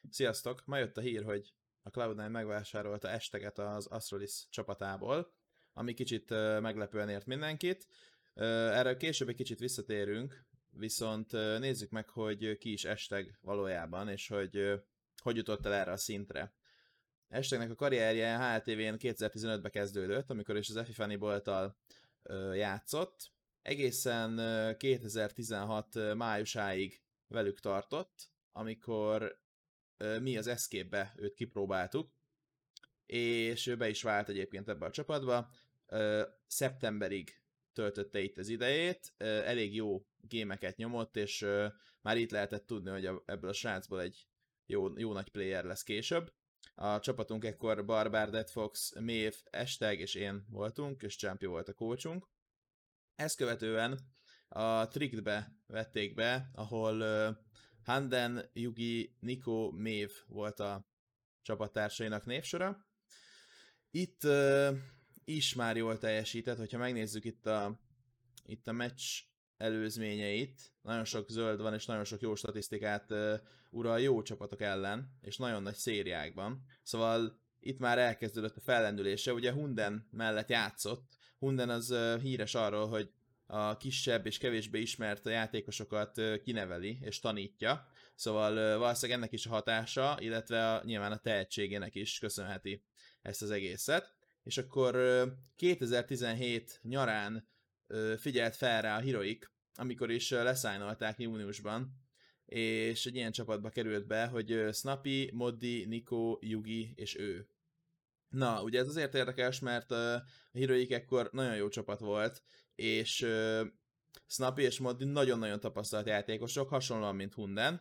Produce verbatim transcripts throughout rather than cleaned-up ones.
Sziasztok! Ma jött a hír, hogy a cloud nine megvásárolta Esteget az Astralis csapatából, ami kicsit uh, meglepően ért mindenkit. Uh, erről később egy kicsit visszatérünk, viszont uh, nézzük meg, hogy ki is Esteg valójában, és hogy uh, hogy jutott el erre a szintre. Estegnek a karrierje há el té vén kétezer-tizenötben kezdődött, amikor is az Efi Fanny Bolttal uh, játszott. Egészen uh, kétezer-tizenhat májusáig velük tartott, amikor mi az Escape-be őt kipróbáltuk, és ő be is vált egyébként ebbe a csapatba. Szeptemberig töltötte itt az idejét, elég jó gémeket nyomott, és már itt lehetett tudni, hogy ebből a srácból egy jó, jó nagy player lesz később. A csapatunk ekkor Barbár, Deadfox, Maeve, Esteg és én voltunk, és Champi volt a coachunk. Ezt követően a Trickedbe vették be, ahol Handen, Yugi, Nico, Maeve volt a csapattársainak névsora. Itt uh, is már jól teljesített, hogyha megnézzük itt a, itt a meccs előzményeit, nagyon sok zöld van, és nagyon sok jó statisztikát uh, ural jó csapatok ellen, és nagyon nagy szériákban. Szóval itt már elkezdődött a fellendülése, ugye Hunden mellett játszott. Hunden az uh, híres arról, hogy a kisebb és kevésbé ismert játékosokat uh, kineveli és tanítja. Szóval uh, valószínűleg ennek is a hatása, illetve a, nyilván a tehetségének is köszönheti ezt az egészet. És akkor uh, kétezer-tizenhét nyarán uh, figyelt fel rá a Heroic, amikor is uh, leszájnolták júniusban, és egy ilyen csapatba került be, hogy uh, Snappy, Moddi, Nico, Yugi és ő. Na, ugye ez azért érdekes, mert uh, a Heroic ekkor nagyon jó csapat volt, és uh, Snappy és Moddi nagyon-nagyon tapasztalt játékosok, hasonlóan, mint Hunden,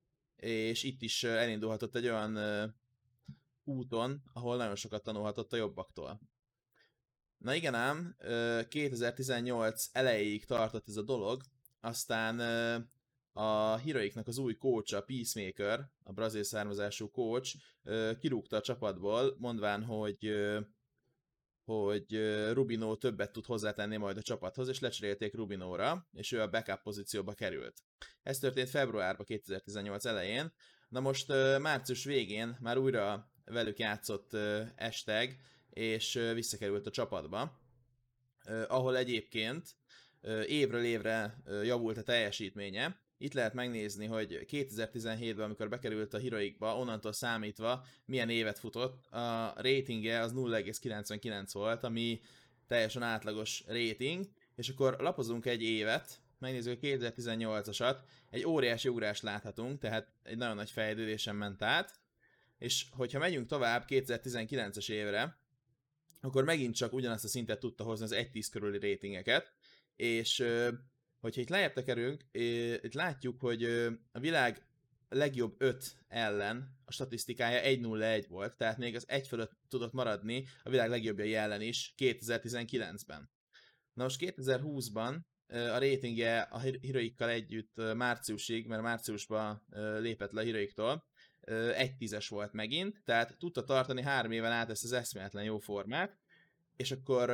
és itt is uh, elindulhatott egy olyan uh, úton, ahol nagyon sokat tanulhatott a jobbaktól. Na igen ám, uh, kétezer-tizennyolc elejéig tartott ez a dolog, aztán uh, a Heroicnak az új coacha, Peacemaker, a brazil származású coach, uh, kirúgta a csapatból, mondván, hogy uh, hogy Rubino többet tud hozzátenni majd a csapathoz, és lecserélték Rubinóra, és ő a backup pozícióba került. Ez történt februárban kétezer-tizennyolc elején. Na most március végén már újra velük játszott Esteg, és visszakerült a csapatba, ahol egyébként évről évre javult a teljesítménye. Itt lehet megnézni, hogy kétezer-tizenhétben, amikor bekerült a Heroicba, onnantól számítva milyen évet futott, a ratingje az nulla egész kilencvenkilenc volt, ami teljesen átlagos rating, és akkor lapozunk egy évet, megnézzük a kétezer-tizennyolcasat, egy óriási ugrást láthatunk, tehát egy nagyon nagy fejlődésen ment át, és hogyha megyünk tovább kétezer-tizenkilences évre, akkor megint csak ugyanazt a szintet tudta hozni az egy tíz körüli ratingeket, és hogyha itt lejjebb tekerünk, itt látjuk, hogy a világ legjobb öt ellen a statisztikája egy nulla egy volt, tehát még az egy fölött tudott maradni a világ legjobbjai ellen is kétezer-tizenkilencben. Na most kétezer-húszban a ratingje a Heroikkal együtt márciusig, mert márciusban lépett le a Heroiktól, egy tízes volt megint, tehát tudta tartani három éven át ezt az eszméletlen jó formát, és akkor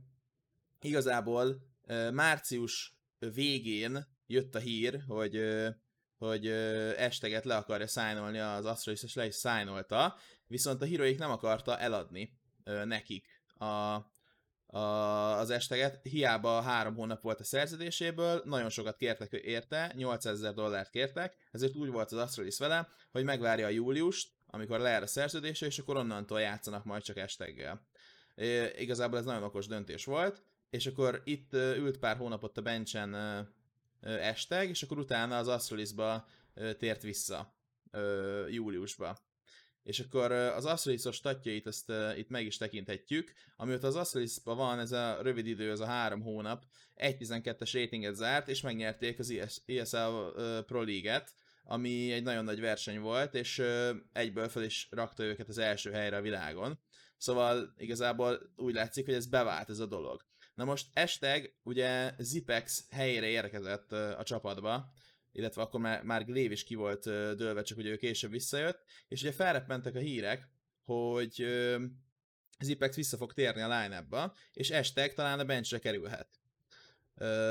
igazából március végén jött a hír, hogy, hogy Esteget le akarja szájnolni az Astralis, és le is szájnolta, viszont a Heroic nem akarta eladni nekik a, a, az Esteget, hiába három hónap volt a szerződéséből, nagyon sokat kértek érte, nyolcszázezer dollárt kértek, ezért úgy volt az Astralis vele, hogy megvárja a júliust, amikor lejár a szerződése, és akkor onnantól játszanak majd csak Esteggel. E, igazából ez nagyon okos döntés volt, és akkor itt ült pár hónapot a benchen Esteg, és akkor utána az Astralisba tért vissza júliusba. És akkor az Astralisos statjait ezt itt meg is tekinthetjük. Amióta az Astralisban van ez a rövid idő, az a három hónap, egy tizenkettes ratinget zárt, és megnyerték az i es el Pro League-et, ami egy nagyon nagy verseny volt, és egyből fel is rakta őket az első helyre a világon. Szóval igazából úgy látszik, hogy ez bevált ez a dolog. Na most Esteg ugye Zipex helyére érkezett a csapatba, illetve akkor már, már Glév is ki volt dőlve, csak hogy ő később visszajött, és ugye felreppentek a hírek, hogy Zipex vissza fog térni a line-upba, és Esteg talán a benchre kerülhet.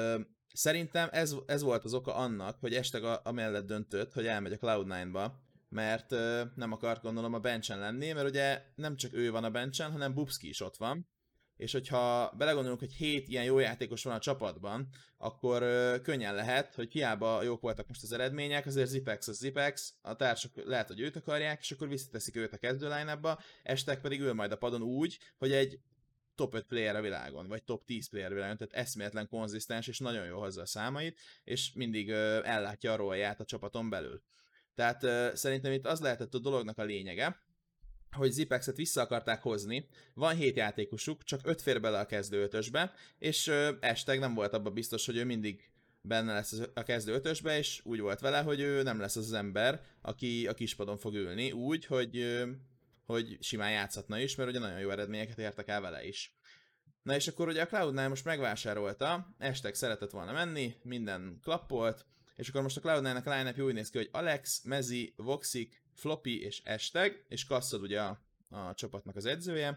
Szerintem ez, ez volt az oka annak, hogy Esteg amellett döntött, hogy elmegy a cloud nine-ba, mert ö, nem akart gondolom a bencsen lenni, mert ugye nem csak ő van a bencsen, hanem Bubski is ott van, és hogyha belegondolunk, hogy hét ilyen jó játékos van a csapatban, akkor ö, könnyen lehet, hogy hiába jók voltak most az eredmények, azért Zipex az Zipex, a társak lehet, hogy őt akarják, és akkor visszateszik őt a kezdő line-upba, Estek pedig ül majd a padon úgy, hogy egy top öt player a világon, vagy top tíz player a világon, tehát eszméletlen konzisztens, és nagyon jó hozza a számait, és mindig ö, ellátja a rolját a csapaton belül. Tehát ö, szerintem itt az lehetett a dolognak a lényege, hogy Zipexet vissza akarták hozni, van hét játékosuk, csak öt fér bele a kezdő ötösbe, és ö, Estek nem volt abban biztos, hogy ő mindig benne lesz a kezdő ötösbe, és úgy volt vele, hogy ő nem lesz az, az ember, aki a kispadon fog ülni, úgy, hogy, ö, hogy simán játszhatna is, mert ugye nagyon jó eredményeket értek el vele is. Na és akkor ugye a cloud nine most megvásárolta, Estek szeretett volna menni, minden klappolt, és akkor most a cloud nine-nek a line-up úgy néz ki, hogy Alex, Mezi, Voxic, Floppy és Estek, és Kasszad ugye a, a csapatnak az edzője.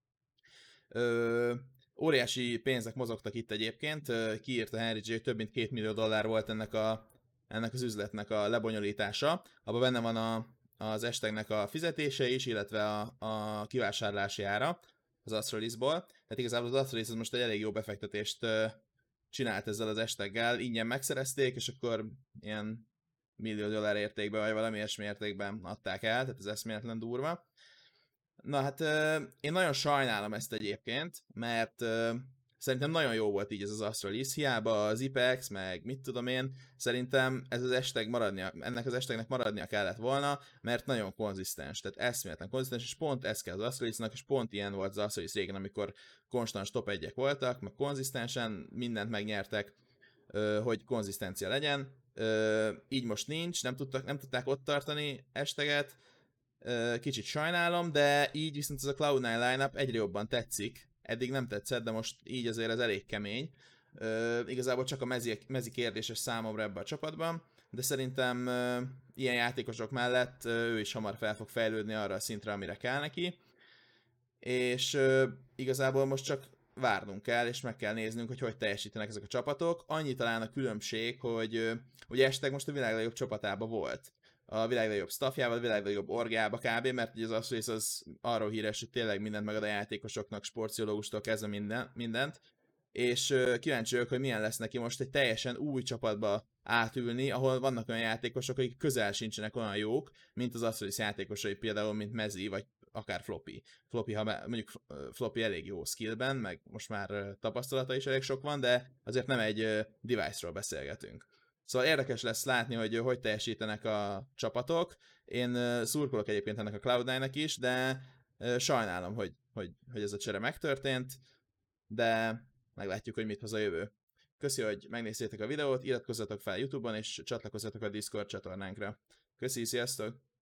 Ö, óriási pénzek mozogtak itt egyébként, kiírta Henry J, több mint két millió dollár volt ennek, a, ennek az üzletnek a lebonyolítása. Abban benne van a, az Esteknek a fizetése is, illetve a, a kivásárlási ára az Astralisból. Tehát igazából az Astralis az most egy elég jó befektetést csinált ezzel az Esteggel, ingyen megszerezték, és akkor ilyen millió dollár értékben, vagy valami ilyesmi értékben adták el, tehát ez eszméletlen durva. Na hát én nagyon sajnálom ezt egyébként, mert szerintem nagyon jó volt így ez az Astralis, hiába az Ipex, meg mit tudom én, szerintem ez az Esteg maradnia, ennek az Estegnek maradnia kellett volna, mert nagyon konzisztens, tehát eszméletlen konzisztens, és pont ez kell az Astralisnak, és pont ilyen volt az Astralis régen, amikor konstans top egyek voltak, meg konzisztensen mindent megnyertek, hogy konzisztencia legyen, így most nincs, nem, tudtak, nem tudták ott tartani Esteget, kicsit sajnálom, de így viszont ez a cloud nine lineup egyre jobban tetszik. Eddig nem tetszett, de most így azért ez elég kemény. Uh, igazából csak a mezi, mezi kérdéses számomra ebbe a csapatban, de szerintem uh, ilyen játékosok mellett uh, ő is hamar fel fog fejlődni arra a szintre, amire kell neki. És uh, igazából most csak várnunk kell, és meg kell néznünk, hogy hogy teljesítenek ezek a csapatok. Annyi talán a különbség, hogy uh, ugye Estek most a világ legjobb csapatában volt. A világ legjobb staffjával, a világ legjobb orgába kb, mert ugye az Astralis az arról híres, hogy tényleg mindent megad a játékosoknak, sportpszichológustól kezdve minden, mindent, és uh, kíváncsi vagyok, hogy milyen lesz neki most egy teljesen új csapatba átülni, ahol vannak olyan játékosok, akik közel sincsenek olyan jók, mint az Astralis játékosai, például, mint Mezi, vagy akár Floppy. Floppy, ha mondjuk Floppy elég jó skillben, meg most már tapasztalata is elég sok van, de azért nem egy uh, device-ról beszélgetünk. Szóval érdekes lesz látni, hogy hogy teljesítenek a csapatok. Én szurkolok egyébként ennek a cloud nine-nek is, de sajnálom, hogy, hogy, hogy ez a csere megtörtént, de meglátjuk, hogy mit hoz a jövő. Köszi, hogy megnéztétek a videót, iratkozzatok fel YouTube-on, és csatlakozzatok a Discord csatornánkra. Köszi, sziasztok!